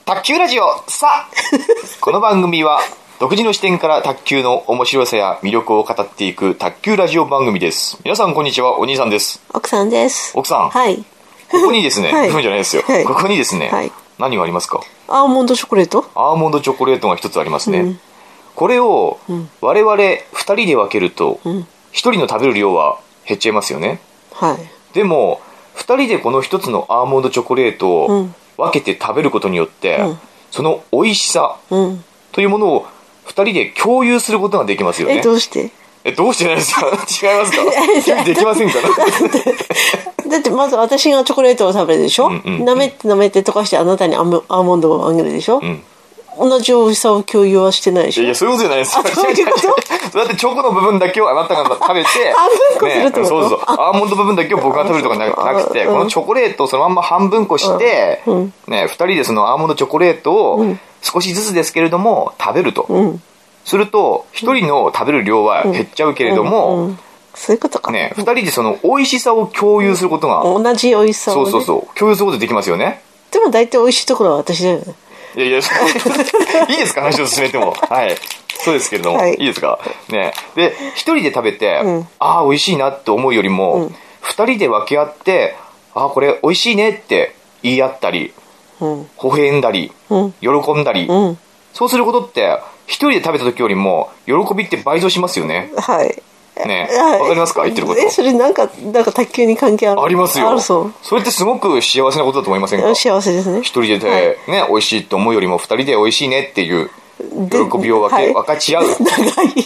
卓球ラジオさこの番組は独自の視点から卓球の面白さや魅力を語っていく卓球ラジオ番組です。皆さんこんにちは、お兄さんです。 奥さんです。 奥さん、 はい。 ここにですね、 はい、 じゃないですよ、 はい、 ここにですね、 はい、 何がありますか？ アーモンドチョコレート。 アーモンドチョコレートが一つありますね、これを我々2人で分けると、1人の食べる量は減っちゃいますよね。 はい。 でも2人でこの一つのアーモンドチョコレートを分けて食べることによって、その美味しさというものを2人で共有することができますよね。 どうしてどうしてないですか？違いますか？できませんか？ だってまず私がチョコレートを食べるでしょ、舐めて溶かしてあなたにアーモンドをあげるでしょ、同じ美味しさを共有はしてないでしょ。 いや、そういうことじゃないですよ。 そういうことだってチョコの部分だけをあなたが食べて半分こするってこと、 そうアーモンド部分だけを僕が食べるとかなくて、このチョコレートをそのまんま半分こして、2人でそのアーモンドチョコレートを少しずつですけれども食べると、すると1人の食べる量は減っちゃうけれども、 そういうことか。 2人でその美味しさを共有することが、 同じ美味しさを、ね、 そう共有することでできますよね。 でも大体美味しいところは私だよね。 いやいいいですか、話を進めても。はい、そうですけれども、いいですかね。で一人で食べて、ああ美味しいなって思うよりも、二人で分け合って、ああこれ美味しいねって言い合ったり、微笑んだり、喜んだり、そうすることって一人で食べた時よりも喜びって倍増しますよね。 はい。 ね、わかりますか、言ってること。 それなんか卓球に関係ある？ ありますよ。 それってすごく幸せなことだと思いませんか？ 幸せですね。 一人で、ね、美味しいと思うよりも二人で美味しいねっていう喜びを分かち合う。 長い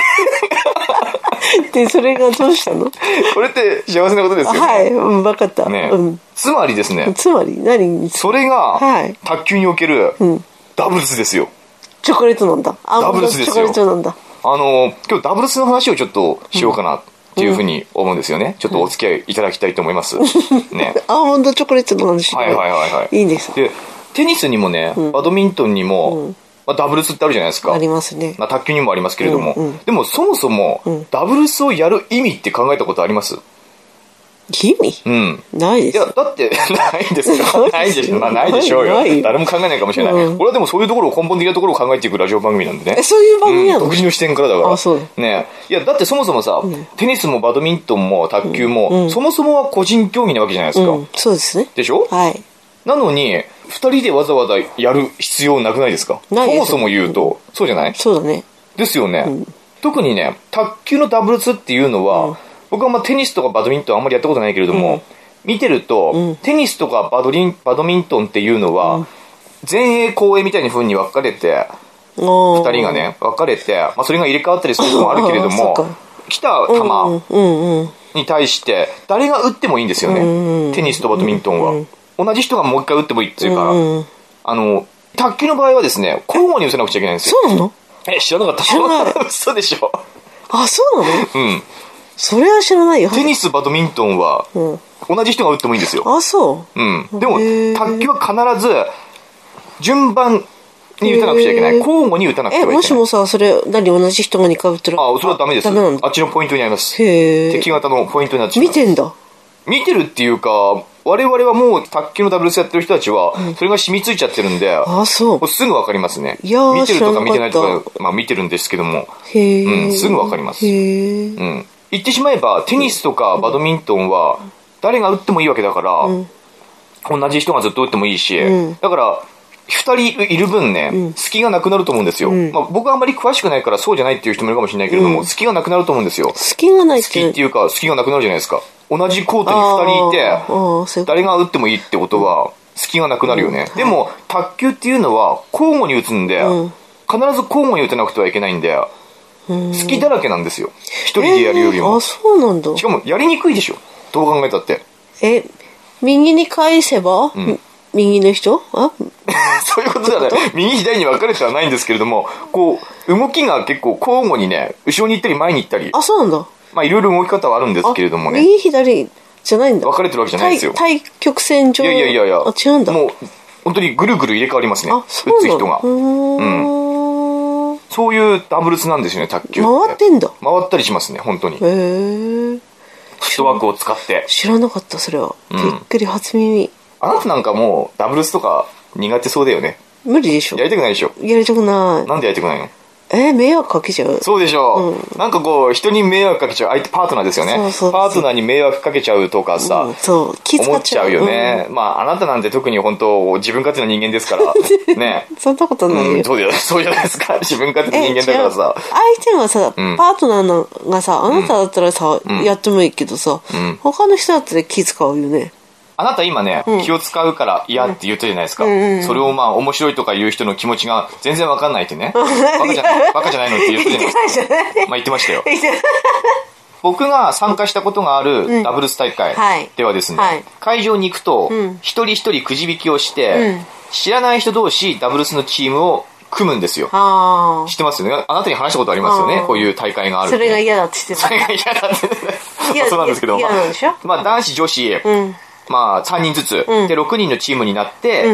でそれがどうしたの？ これって幸せなことですよね。 はい、分かった、 ね、つまりですね、 何それが、卓球におけるダブルスですよ。 チョコレートなんだ。 ダブルスですよ。 チョコレートなんだ。 今日ダブルスの話をちょっとしようかなっていうふうに思うんですよね。ちょっとお付き合いいただきたいと思います。ね。 アーモンドチョコレートの話。いいんです。 で、テニスにもね、バドミントンにも、ダブルスってあるじゃないですか。 ありますね。 卓球にもありますけれども、でもそもそもダブルスをやる意味って考えたことあります？ 意味？ないです。 いや、だってないんですか？ないでしょ。ないでしょうよ。誰も考えないかもしれない。俺はでもそういうところを根本的なところを考えていくラジオ番組なんでね。 そういう番組なの？ 独自の視点からだから。 あ、そうね。いや、だってそもそもさ、テニスもバドミントンも卓球も、そもそもは個人競技なわけじゃないですか。 そうですね。 でしょ？ はい。 なのに、二人でわざわざやる必要なくないですか？そもそも言うと、そうじゃない？ そうだね。 ですよね。特にね、卓球のダブルスっていうのは、僕はテニスとかバドミントンあんまりやったことないけれども、見てると、テニスとかバドミントンっていうのは、前衛後衛みたいな風に分かれて、二人がね分かれて、それが入れ替わったりすることもあるけれども、来た球に対して誰が打ってもいいんですよね。テニスとバドミントンは同じ人がもう一回打ってもいいっていうから、卓球の場合はですね、交互に打たなくちゃいけないんですよ。 そうなの？ 知らなかった？知らない。嘘でしょ。 あ、そうなの？それは知らないよ。 テニスバドミントンは同じ人が打ってもいいんですよ。 あ、そう。 でも卓球は必ず順番に打たなくちゃいけない。交互に打たなくちゃいけない。 もしもさ、それ同じ人が2回打ってる？ それはダメです。あっちのポイントにあります。敵型のポイントになっちゃう。 見てんだ。 見てるっていうか、我々はもう卓球のダブルスやってる人たちはそれが染みついちゃってるんで、 そう。 すぐ分かりますね。 いや見てるとか見てないとか、見てるんですけども、すぐ分かります。言ってしまえばテニスとかバドミントンは誰が打ってもいいわけだから、同じ人がずっと打ってもいいし、だから2人いる分ね、隙がなくなると思うんですよ。僕はあんまり詳しくないからそうじゃないっていう人もいるかもしれないけれども、隙がなくなると思うんですよ。 隙がないっていうか、隙がなくなるじゃないですか。同じコートに2人いて誰が打ってもいいってことは隙がなくなるよね。でも卓球っていうのは交互に打つんで、必ず交互に打たなくてはいけないんで、隙だらけなんですよ。一人でやるよりも。 そうなんだ。 しかもやりにくいでしょ、どう考えたって。 右に返せば、右の人そういうことだね。右左に分かれてはないんですけれども、動きが結構交互にね、後ろに行ったり前に行ったり。 そうなんだ。 いろいろ動き方はあるんですけれどもね。 右左じゃないんだ。 分かれてるわけじゃないですよ。 対極線上。 いや。 違うんだ。 もう本当にぐるぐる入れ替わりますね。打つ人が。そういうダブルスなんですよね、卓球って。 回ってんだ。 回ったりしますね、本当に。フットワークを使って。 知らなかった、それは。びっくり、初耳。 あなたなんかもうダブルスとか苦手そうだよね。 無理でしょ。 やりたくないでしょ。 やりたくない。 なんでやりたくないの？ 迷惑かけちゃう。 そうでしょう、なんかこう人に迷惑かけちゃう、相手パートナーですよね。 そうパートナーに迷惑かけちゃうとかさ、 そう気思っちゃうよね、まああなたなんて特に本当自分勝手な人間ですからね。 そんなことないよ、 そうじゃないですか。自分勝手な人間だからさ、 相手はさ、パートナーがさ、あなただったらさ、やってもいいけどさ、他の人だったら気使うよね。 あなた今ね、気を使うから嫌って言ったじゃないですか、それをまあ面白いとか言う人の気持ちが全然わかんないってね。バカじゃないのって言ったじゃないですか。まあ言ってましたよ。僕が参加したことがあるダブルス大会ではですね、会場に行くと一人一人くじ引きをして、知らない人同士ダブルスのチームを組むんですよ。知ってますよね。あなたに話したことありますよね。こういう大会がある。 それが嫌だって言ってた。 それが嫌だって。そうなんですけど、まあ男子女子、まあ3人ずつ、で6人のチームになって、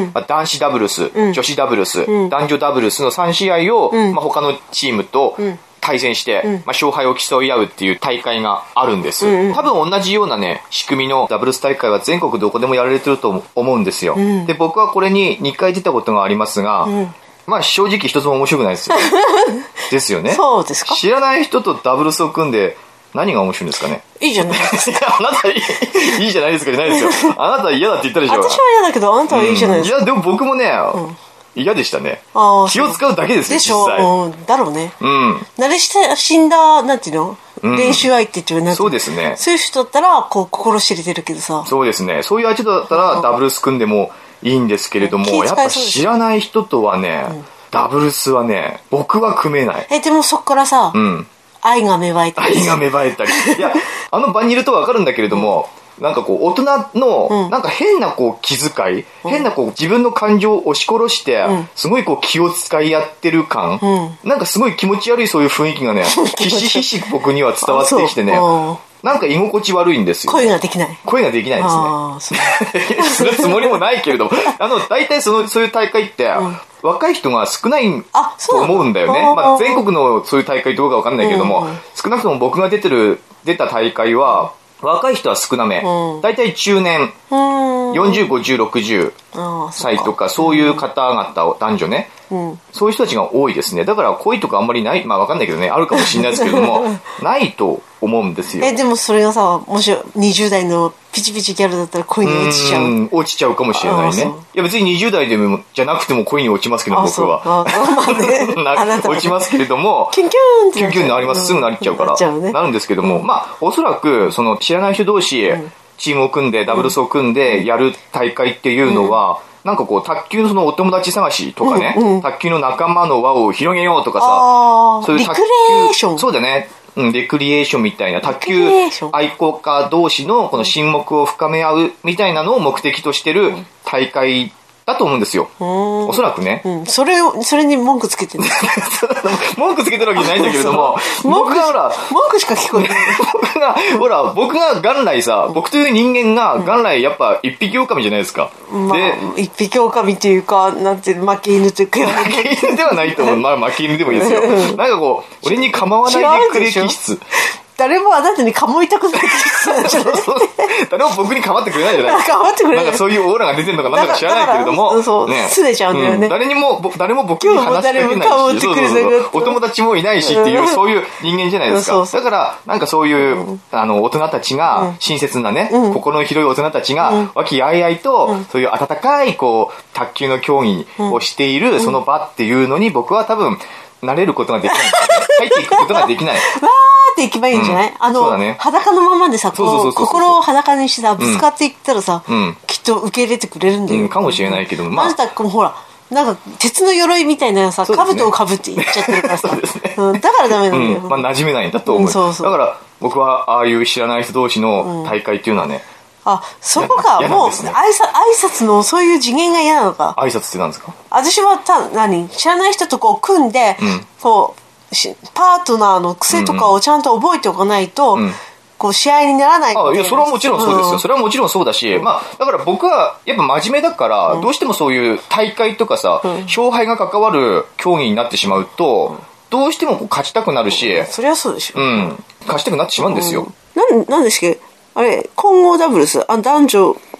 まあ、男子ダブルス、女子ダブルス、男女ダブルスの3試合を、まあ、他のチームと対戦して、まあ、勝敗を競い合うっていう大会があるんです、多分同じようなね仕組みのダブルス大会は全国どこでもやられてると思うんですよ、で僕はこれに2回出たことがありますが、まあ正直一つも面白くないですよ。ですよね。 そうですか。 知らない人とダブルスを組んで何が面白いんですかね。 いいじゃないですか。あなたいいじゃないですかじゃないですよ。あなた嫌だって言ったでしょ。 私は嫌だけどあなたはいいじゃないですか。 いやでも僕もね、嫌でしたね。気を使うだけですよ。 でしょ。だろうね。慣れ死んだなんていうの、練習相手っていうの。 そうですね。 そういう人だったらこう心知れてるけどさ。 そうですね。そういう相手だったらダブルス組んでもいいんですけれども、やっぱ知らない人とはね、ダブルスはね僕は組めない。 でもそっからさ、愛が芽生えたり。 愛が芽生えたり。いや、あの場にいるとわかるんだけれども、なんかこう、大人の、なんか変なこう、気遣い、変なこう、自分の感情を押し殺して、すごいこう、気を使い合ってる感、なんかすごい気持ち悪いそういう雰囲気がね、ひしひし僕には伝わってきてね、なんか居心地悪いんですよ。 声ができない。 声ができないですね。するつもりもないけれども、大体そういう大会って、若い人が少ないと思うんだよね。まあ、全国のそういう大会どうかわかんないけれども、少なくとも僕が出た大会は、若い人は少なめ。大体中年、40、50、60歳とか、そういう方々、男女ね。そういう人たちが多いですね。だから恋とかあんまりない、まあわかんないけどね、あるかもしれないですけれども、ないと思うんですよ。 でもそれがさ、もし20代のピチピチギャルだったら恋に落ちちゃう。 落ちちゃうかもしれないね。いや別に20代でもじゃなくても恋に落ちますけど、僕は。落ちますけれども、 キュンキュンってキュンキュンになります。すぐなっちゃうから。なるんですけども、まあおそらくその知らない人同士、チームを組んでダブルスを組んでやる大会っていうのは、なんかこう卓球のそのお友達探しとかね、卓球の仲間の輪を広げようとかさ、 そういう卓球、リクリエーション。 そうだね。レクリエーションみたいな卓球愛好家同士のこの親睦を深め合うみたいなのを目的としてる大会だと思うんですよ。おそらくね。 それに文句つけてる。 文句つけてるわけじゃないんだけれども、僕がほら、 文句しか聞こえない。 僕が元来さ、僕という人間が元来やっぱ一匹狼じゃないですか。 で、一匹狼っていうか、なんていう負け犬というか。 負け犬ではないと思う。まあ負け犬でもいいですよ。なんかこう、俺に構わないでくれ気質。 誰もあなたに構いたくない気質なんじゃない？ 誰も僕に構ってくれないじゃないですか。構ってくれない。 なんかそういうオーラが出てるのかなんだか知らないけれども。 そう。すねちゃうんだよね。 誰も僕に話しかけないし、お友達もいないしっていう、そういう人間じゃないですか。だから、なんかそういう、大人たちが、親切なね、心の広い大人たちが、和気あいあいと、そういう温かい、こう、卓球の競技をしている、その場っていうのに僕は多分、慣れることができないんだよね。入っていくことができない。 っていけばいいんじゃない？裸のままでさ、心を裸にしてさ、ぶつかっていったらさ、きっと受け入れてくれるんだよ。 かもしれないけども、 まあ。ほら、なんか、鉄の鎧みたいなさ、兜をかぶっていっちゃってるからさ。だからダメなんだよ。 まあ、馴染めないんだと思う。だから、僕は、ああいう知らない人同士の大会っていうのはね。 そこか、もう、挨拶のそういう次元が嫌なのか。 挨拶って何ですか？ 私は知らない人とこう組んで、こう、パートナーの癖とかをちゃんと覚えておかないと、こう試合にならない。 いや、それはもちろんそうですよ。それはもちろんそうだし、まあ、だから僕はやっぱ真面目だから、どうしてもそういう大会とかさ、勝敗が関わる競技になってしまうと、どうしても勝ちたくなるし、 そりゃそうでしょ。 勝ちたくなってしまうんですよ。 なんですけど、あれ、混合ダブルス、男女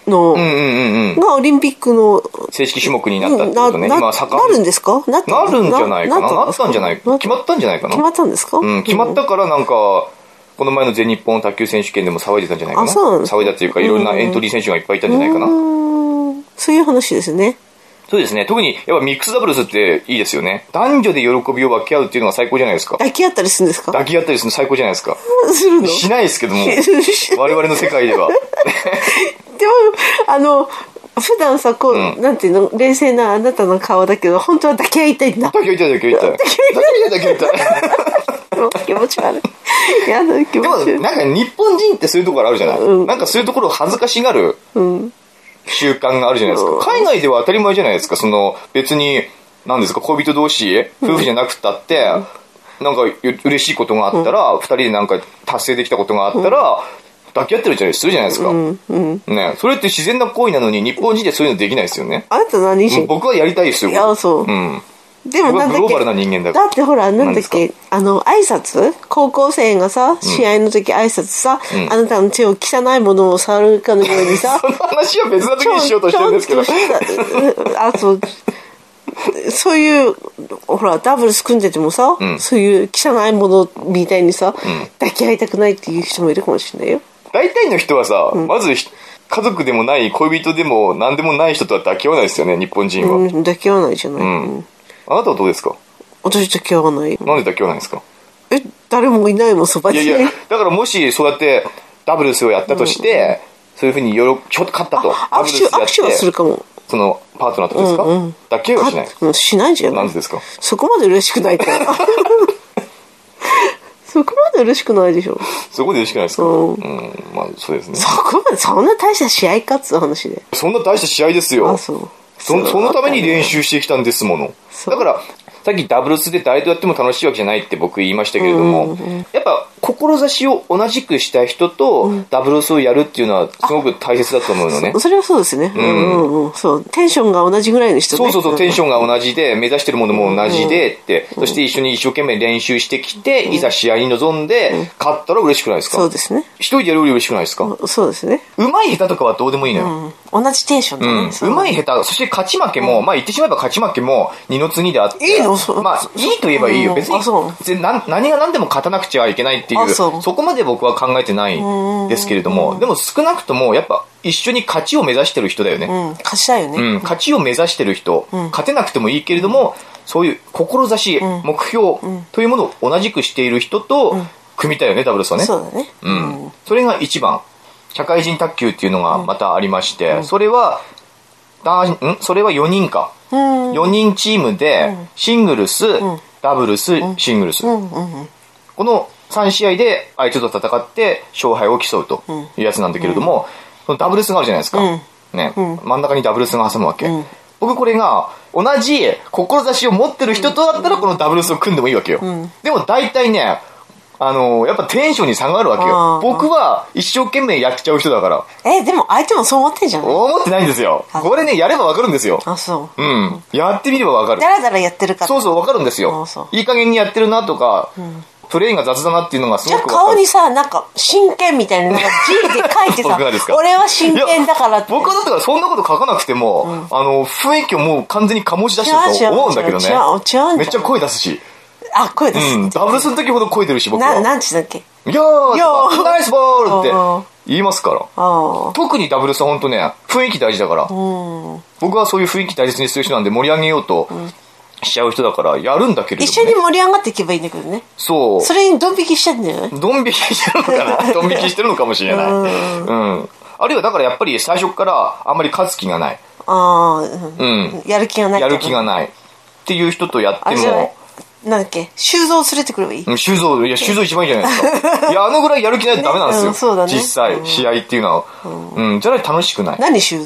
のがオリンピックの正式種目になったってことね。 なるんですか？ なるんじゃないかな。なったんじゃないか。決まったんじゃないかな。 決まったんですか？ 決まったからなんか、この前の全日本卓球選手権でも騒いでたんじゃないかな。騒いだっていうか、いろんなエントリー選手がいっぱいいたんじゃないかな。 そういう話ですね。 そうですね。特に、やっぱミックスダブルスっていいですよね。男女で喜びを分け合うっていうのが最高じゃないですか。 抱き合ったりするんですか？ 抱き合ったりするの最高じゃないですか。 するの？ しないですけども。我々の世界では。 でも、普段さ、こう、なんていうの、冷静なあなたの顔だけど、本当は抱き合いたいんだ。 抱き合いたい。抱き合いたい。 気持ち悪い。やだ、気持ち悪い。 でも、なんか日本人ってそういうところあるじゃない。なんかそういうところを恥ずかしがる。習慣があるじゃないですか。海外では当たり前じゃないですか。別に、何ですか、恋人同士、夫婦じゃなくたって、なんか嬉しいことがあったら、二人でなんか達成できたことがあったら、抱き合ってるするじゃないですか。ね、それって自然な行為なのに、日本人でそういうのできないですよね。 あなた何人？ 僕はやりたいですよ。 いや、そう。でもなんだっけ、 グローバルな人間だから。 だってほら、なんだっけ、挨拶、高校生がさ、試合の時挨拶さ、あなたの手を汚いものを触るかのようにさ、 その話は別な時にしようとしてるんですけど。 そういう、ほら、ダブルス組んでてもさ、そういう汚いものみたいにさ、抱き合いたくないっていう人もいるかもしれないよ。 大体の人はさ、まず家族でもない恋人でも何でもない人とは抱き合わないですよね、日本人は。 抱き合わないじゃない。 あなたはどうですか？ 私抱き合わない。 なんで抱き合わないんですか？ 誰もいないもん、そばに。 いや、だからもしそうやってダブルスをやったとして、そういうふうにちょっと勝ったと。 握手はするかも。 そのパートナーとですか？抱き合いはしない。 しないじゃん。 なんでですか？ そこまで嬉しくないから。そこまで嬉しくないでしょ。 そこで嬉しくないですか？まあそうですね。 そこまで、そんな大した試合かっつう話で。 そんな大した試合ですよ。そのために練習してきたんですもの。だから、さっきダブルスで誰とやっても楽しいわけじゃないって僕言いましたけれども、やっぱ志を同じくした人とダブルスをやるっていうのはすごく大切だと思うのね。 それはそうですね。そう。テンションが同じぐらいの人ね。 そう、テンションが同じで、目指してるものも同じでって、そして一緒に一生懸命練習してきて、いざ試合に臨んで、勝ったら嬉しくないですか？ そうですね。 一人でやるより嬉しくないですか？ そうですね。 うまい下手とかはどうでもいいのよ。 同じテンションだね。 うまい下手、そして勝ち負けも、まあ言ってしまえば勝ち負けも二の次であって。 いいの？ まあ、いいと言えばいいよ。別に、何が何でも勝たなくちゃいけないっていう、そこまで僕は考えてないんですけれども、でも少なくとも、やっぱ一緒に勝ちを目指してる人だよね。 勝ちだよね。 勝ちを目指してる人、勝てなくてもいいけれども、そういう志、目標というものを同じくしている人と、組みたいよね、ダブルスはね。 そうだね。 それが一番。社会人卓球っていうのがまたありまして、それは4人か。4人チームで、シングルス、ダブルス、シングルス。この3試合で相手と戦って勝敗を競うというやつなんだけれども、そのダブルスがあるじゃないですか。ね。真ん中にダブルスが挟むわけ。僕これが同じ志を持ってる人とだったらこのダブルスを組んでもいいわけよ。でも大体ね、やっぱテンションに差があるわけよ。僕は一生懸命やっちゃう人だから。 でも相手もそう思ってんじゃない？ 思ってないんですよ。これね、やればわかるんですよ。 そう。 やってみればわかる。 だらだらやってるから。 そう、わかるんですよ。いい加減にやってるなとか、プレイが雑だなっていうのがすごくわかる。 じゃあ顔にさ、なんか、真剣みたいな、なんか字で書いてさ、俺は真剣だからって。 僕はだったらそんなこと書かなくても、雰囲気をもう完全に醸し出してると思うんだけどね。めっちゃ声出すし。 声出す。 ダブルスの時ほど声出るし、僕は。 なんちだっけ？ よーナイスボールって言いますから。特にダブルスは本当ね、雰囲気大事だから。僕はそういう雰囲気大切にする人なんで盛り上げようとしちゃう人だからやるんだけれども、 一緒に盛り上がっていけばいいんだけどね。 そう。 それにドン引きしちゃうんだよね。 ドン引きしてるのかな？ドン引きしてるのかもしれない。あるいはだからやっぱり最初からあんまり勝つ気がない。 やる気がない。 やる気がない。っていう人とやっても、 なんだっけ、修造連れてくればいい？ 修造一番いいじゃないですか。いや、ぐらいやる気ないとダメなんですよ。 そうだね。 実際、試合っていうのは。じゃないと楽しくない。 何修造？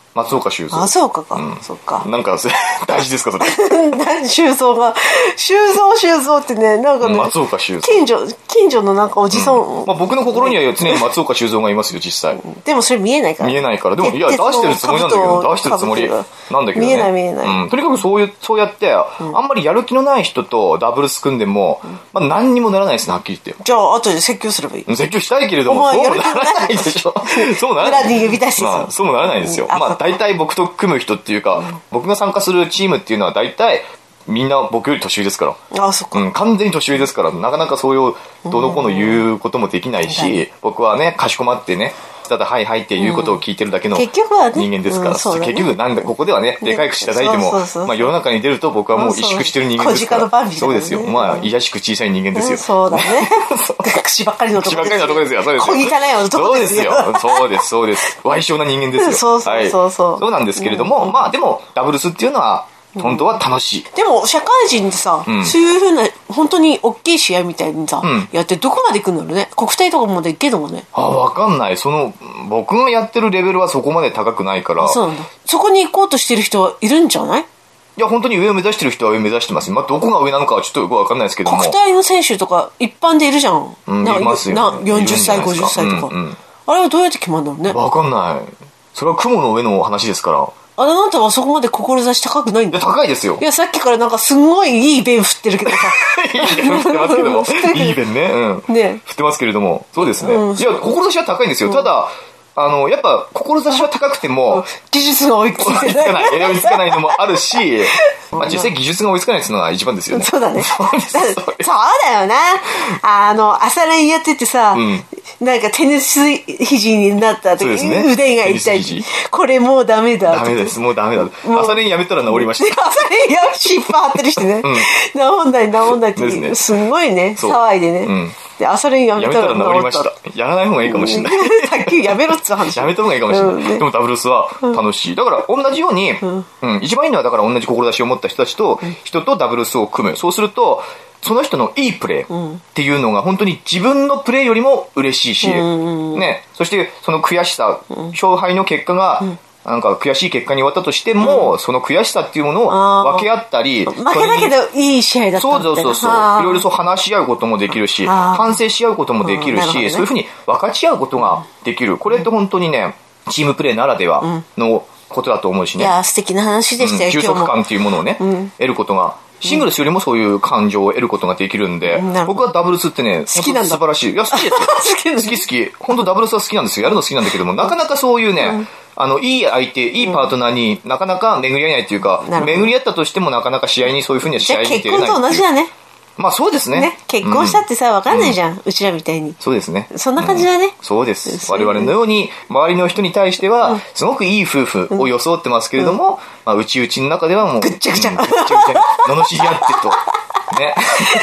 松岡修造。 あ、そうかか。そっか。 なんか、大事ですか、それ。 修造ってね、なんかね、 松岡修造。 近所のなんかおじさん。 まあ僕の心には常に松岡修造がいますよ、実際。 でもそれ見えないから。 見えないから。でも、いや、出してるつもりなんだけど、出してるつもりなんだけどね。 見えない。 とにかくそうやって、あんまりやる気のない人とダブルス組んでも、まあ何にもならないですね、はっきり言って。 じゃあ、後で説教すればいい。 説教したいけれども、そうもならないでしょ。そうならない。 裏に呼び出してまあ、そうもならないですよ。まあ、大体僕と組む人っていうか、僕が参加するチームっていうのは大体、みんな僕より年上ですから。 あ、そっか。 完全に年上ですから、なかなかそういう、どの子の言うこともできないし、僕はね、かしこまってね、ただはいはいっていうことを聞いてるだけの人間ですから、結局なんだここではね、でかい口叩いても、まあ世の中に出ると僕はもう萎縮してる人間ですから。そうですよ。まあ、いやしく小さい人間ですよ。 そうだね。口ばっかりのとこですよ。 口ばっかりのとこですよ。そうですよ。 小汚い男ですよ。 そうです。歪小な人間ですよ。そうなんですけれども、まあでも、ダブルスっていうのは、本当は楽しい。 でも、社会人ってさ、そういうふうな、本当に大きい試合みたいにさ、やってどこまで行くんだろうね。国体とかまで行けるのかね。 わかんない。僕がやってるレベルはそこまで高くないから。 そうなんだ。そこに行こうとしてる人はいるんじゃない？ いや、本当に上を目指してる人は上を目指してます。まあ、どこが上なのかはちょっとよくわかんないですけども。 国体の選手とか一般でいるじゃん。 いますよ。 40歳、50歳とか。あれはどうやって決まるんだろうね。 わかんない。それは雲の上の話ですから。 あなたはそこまで志高くないんだ。 いや、高いですよ。 いや、さっきからなんかすごいいい弁振ってるけどさ。 いい弁振ってますけども。いい弁ね。ね。振ってますけれども。そうですね。いや、志は高いんですよ。ただ、やっぱ、志は高くても、 技術が追いつかない。 追いつかないのもあるし、まあ実際技術が追いつかないっていうのが一番ですよね。 そうだね。そうだよな。朝練やっててさ、なんかテニス肘になった時に腕が痛い。これもうダメだ。 ダメです、もうダメだ。朝練やめたら治りました。 朝練や湿布貼ってるしてね。治んないってすごいね、騒いでね。で、朝練やめたら治りました。やらない方がいいかもしれない。 卓球やめろっつう話。 やめた方がいいかもしれない。でもダブルスは楽しい。だから同じように、一番いいのはだから同じ志を持った人たちと、人とダブルスを組む。そうすると、その人のいいプレーっていうのが本当に自分のプレーよりも嬉しいし、ね、そしてその悔しさ、勝敗の結果が、なんか悔しい結果に終わったとしても、その悔しさっていうものを分け合ったり、 負けだけどいい試合だったみたいな。 そう。いろいろ話し合うこともできるし、反省し合うこともできるし、そういうふうに分かち合うことができる。これって本当にね、チームプレーならではのことだと思うしね。 いや、素敵な話でしたよ、 収束感っていうものをね、得ることが。シングルスよりもそういう感情を得ることができるんで、僕はダブルスってね、 好きなんだ。 素晴らしい。いや、好きですよ。好き。本当ダブルスは好きなんですよ。やるの好きなんだけども、なかなかそういうね、いい相手、いいパートナーになかなか巡り合えないっていうか、巡り合ったとしてもなかなか試合にそういうふうには試合に出れない。 結婚と同じだね。 まあそうですね。 結婚したってさ、わかんないじゃん。うちらみたいに。 そうですね。 そんな感じだね。 そうです。我々のように、周りの人に対しては、すごくいい夫婦を装ってますけれども、まあ、内々の中ではもう、 ぐっちゃぐちゃ。 罵り合ってと。ね。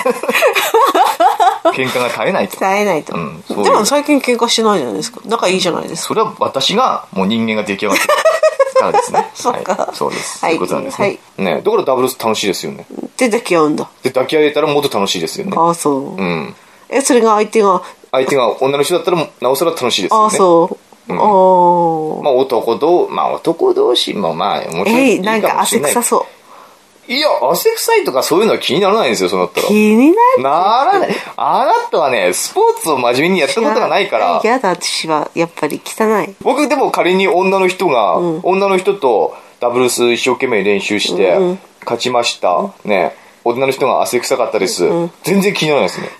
喧嘩が絶えないと。 絶えないと。でも最近喧嘩してないじゃないですか。仲いいじゃないですか。 それは私が、もう人間が出来上がってるからですね。 そっか。 そうです。そういうことなんですね。ね。だからダブルス楽しいですよね。 で、抱き合うんだ。 で、抱き合えたらもっと楽しいですよね。 ああ、そう。それが相手が女の人だったら、なおさら楽しいですよね。 ああ、そう。 まあ男同士もまあ、面白い。 なんか汗臭そう。 いや、汗臭いとかそういうのは気にならないんですよ、そうなったら。 気にならない。あなたはね、スポーツを真面目にやったことがないから。 嫌だ、私は。やっぱり汚い。 僕でも仮に女の人とダブルス一生懸命練習して、勝ちました。ね。女の人が汗臭かったです。全然気にならないですね。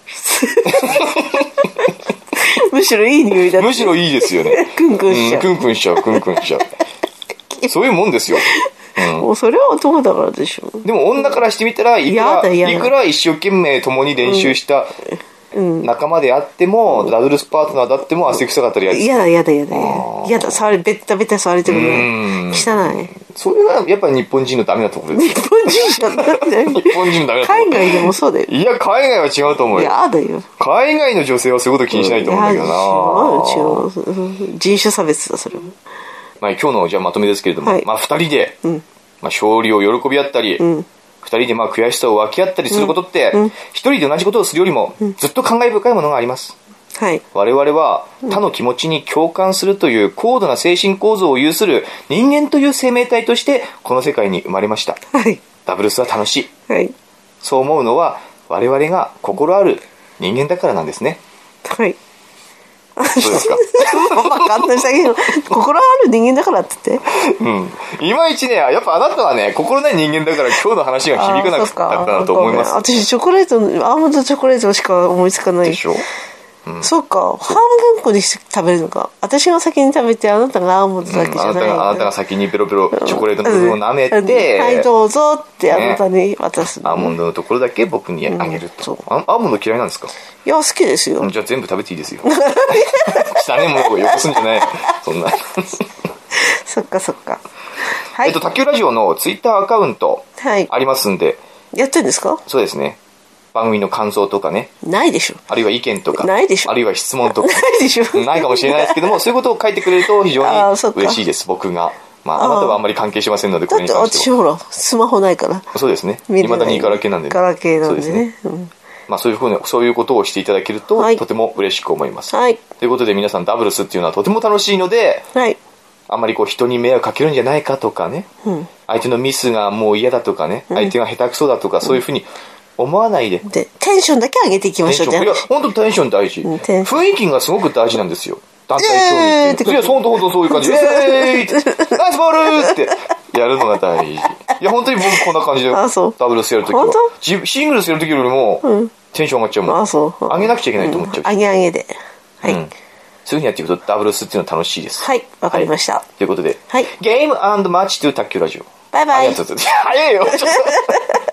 むしろいい匂いだって。 むしろいいですよね。 クンクンしちゃう。 クンクンしちゃう。そういうもんですよ。 もうそれは男だからでしょ。 でも女からしてみたら、いくら一生懸命共に練習した仲間であっても、ダブルスパートナーだっても汗臭かったら嫌だ。嫌だ、ベタベタ触れてるね。汚い。 それはやっぱり日本人のダメなところです。 日本人じゃない。 日本人のダメなところ。 海外でもそうだよ。 いや、海外は違うと思うよ。 嫌だよ。 海外の女性はそういうこと気にしないと思うんだけどな。 違う。人種差別だ、それは。 まあ今日のじゃあまとめですけれども、まあ二人で、勝利を喜び合ったり、二人でまあ悔しさを分け合ったりすることって、一人で同じことをするよりも、ずっと感慨深いものがあります。 はい。 我々は他の気持ちに共感するという高度な精神構造を有する人間という生命体としてこの世界に生まれました。 はい。 ダブルスは楽しい。 はい。 そう思うのは我々が心ある人間だからなんですね。 はい。 どうですか？ わかんないけど、心ある人間だからって言って。 うん。いまいちね、やっぱあなたはね、心ない人間だから今日の話が響かなかったなと思います。 私、チョコレート、アーモンドチョコレートしか思いつかない。 でしょ？ うん、そうか、半分こにして食べるのか。私が先に食べて、あなたがアーモンドだけじゃない、 あなたが先にペロペロチョコレートの部分を舐めて、 はい、どうぞってあなたに渡す、 アーモンドのところだけ僕にあげると。アーモンド嫌いなんですか？ いや、好きですよ。 じゃあ全部食べていいですよ。下ね、もうよこすんじゃない。そんな。 そっかそっか。はい。 卓球ラジオのツイッターアカウントありますんで。 やってんですか？ そうですね。番組の感想とかね。 ないでしょ。 あるいは意見とか。 ないでしょ。 あるいは質問とか。 ないでしょ。 ないかもしれないですけども、そういうことを書いてくれると非常に嬉しいです、僕が。まあ、あなたはあんまり関係しませんので、これに関しては。 だって私ほら、スマホないから。 そうですね。未だにガラケーなんで。 ガラケーなんでね。 そうですね。まあそういうことをしていただけると、とても嬉しく思います。 はい。 ということで皆さんダブルスっていうのはとても楽しいので、 はい。 あんまりこう人に迷惑かけるんじゃないかとかね、相手のミスがもう嫌だとかね、相手が下手くそだとか、そういうふうに思わないで。 で、テンションだけ上げていきましょう。 いや、本当テンション大事。雰囲気がすごく大事なんですよ。団体競技って。いや、本当そういう感じ。イエーイナイスボールってやるのが大事。いや、本当に僕こんな感じでダブルスやるときは。シングルスやるときよりも、テンション上がっちゃうもん。上げなくちゃいけないと思っちゃう。 上げで。はい。 そういうふうにやっていくとダブルスっていうのは楽しいです。 はい、わかりました。 ということで、 はい。 ゲーム&マッチという卓球ラジオ。 バイバイ。 ありがとうございます。早いよ、ちょっと。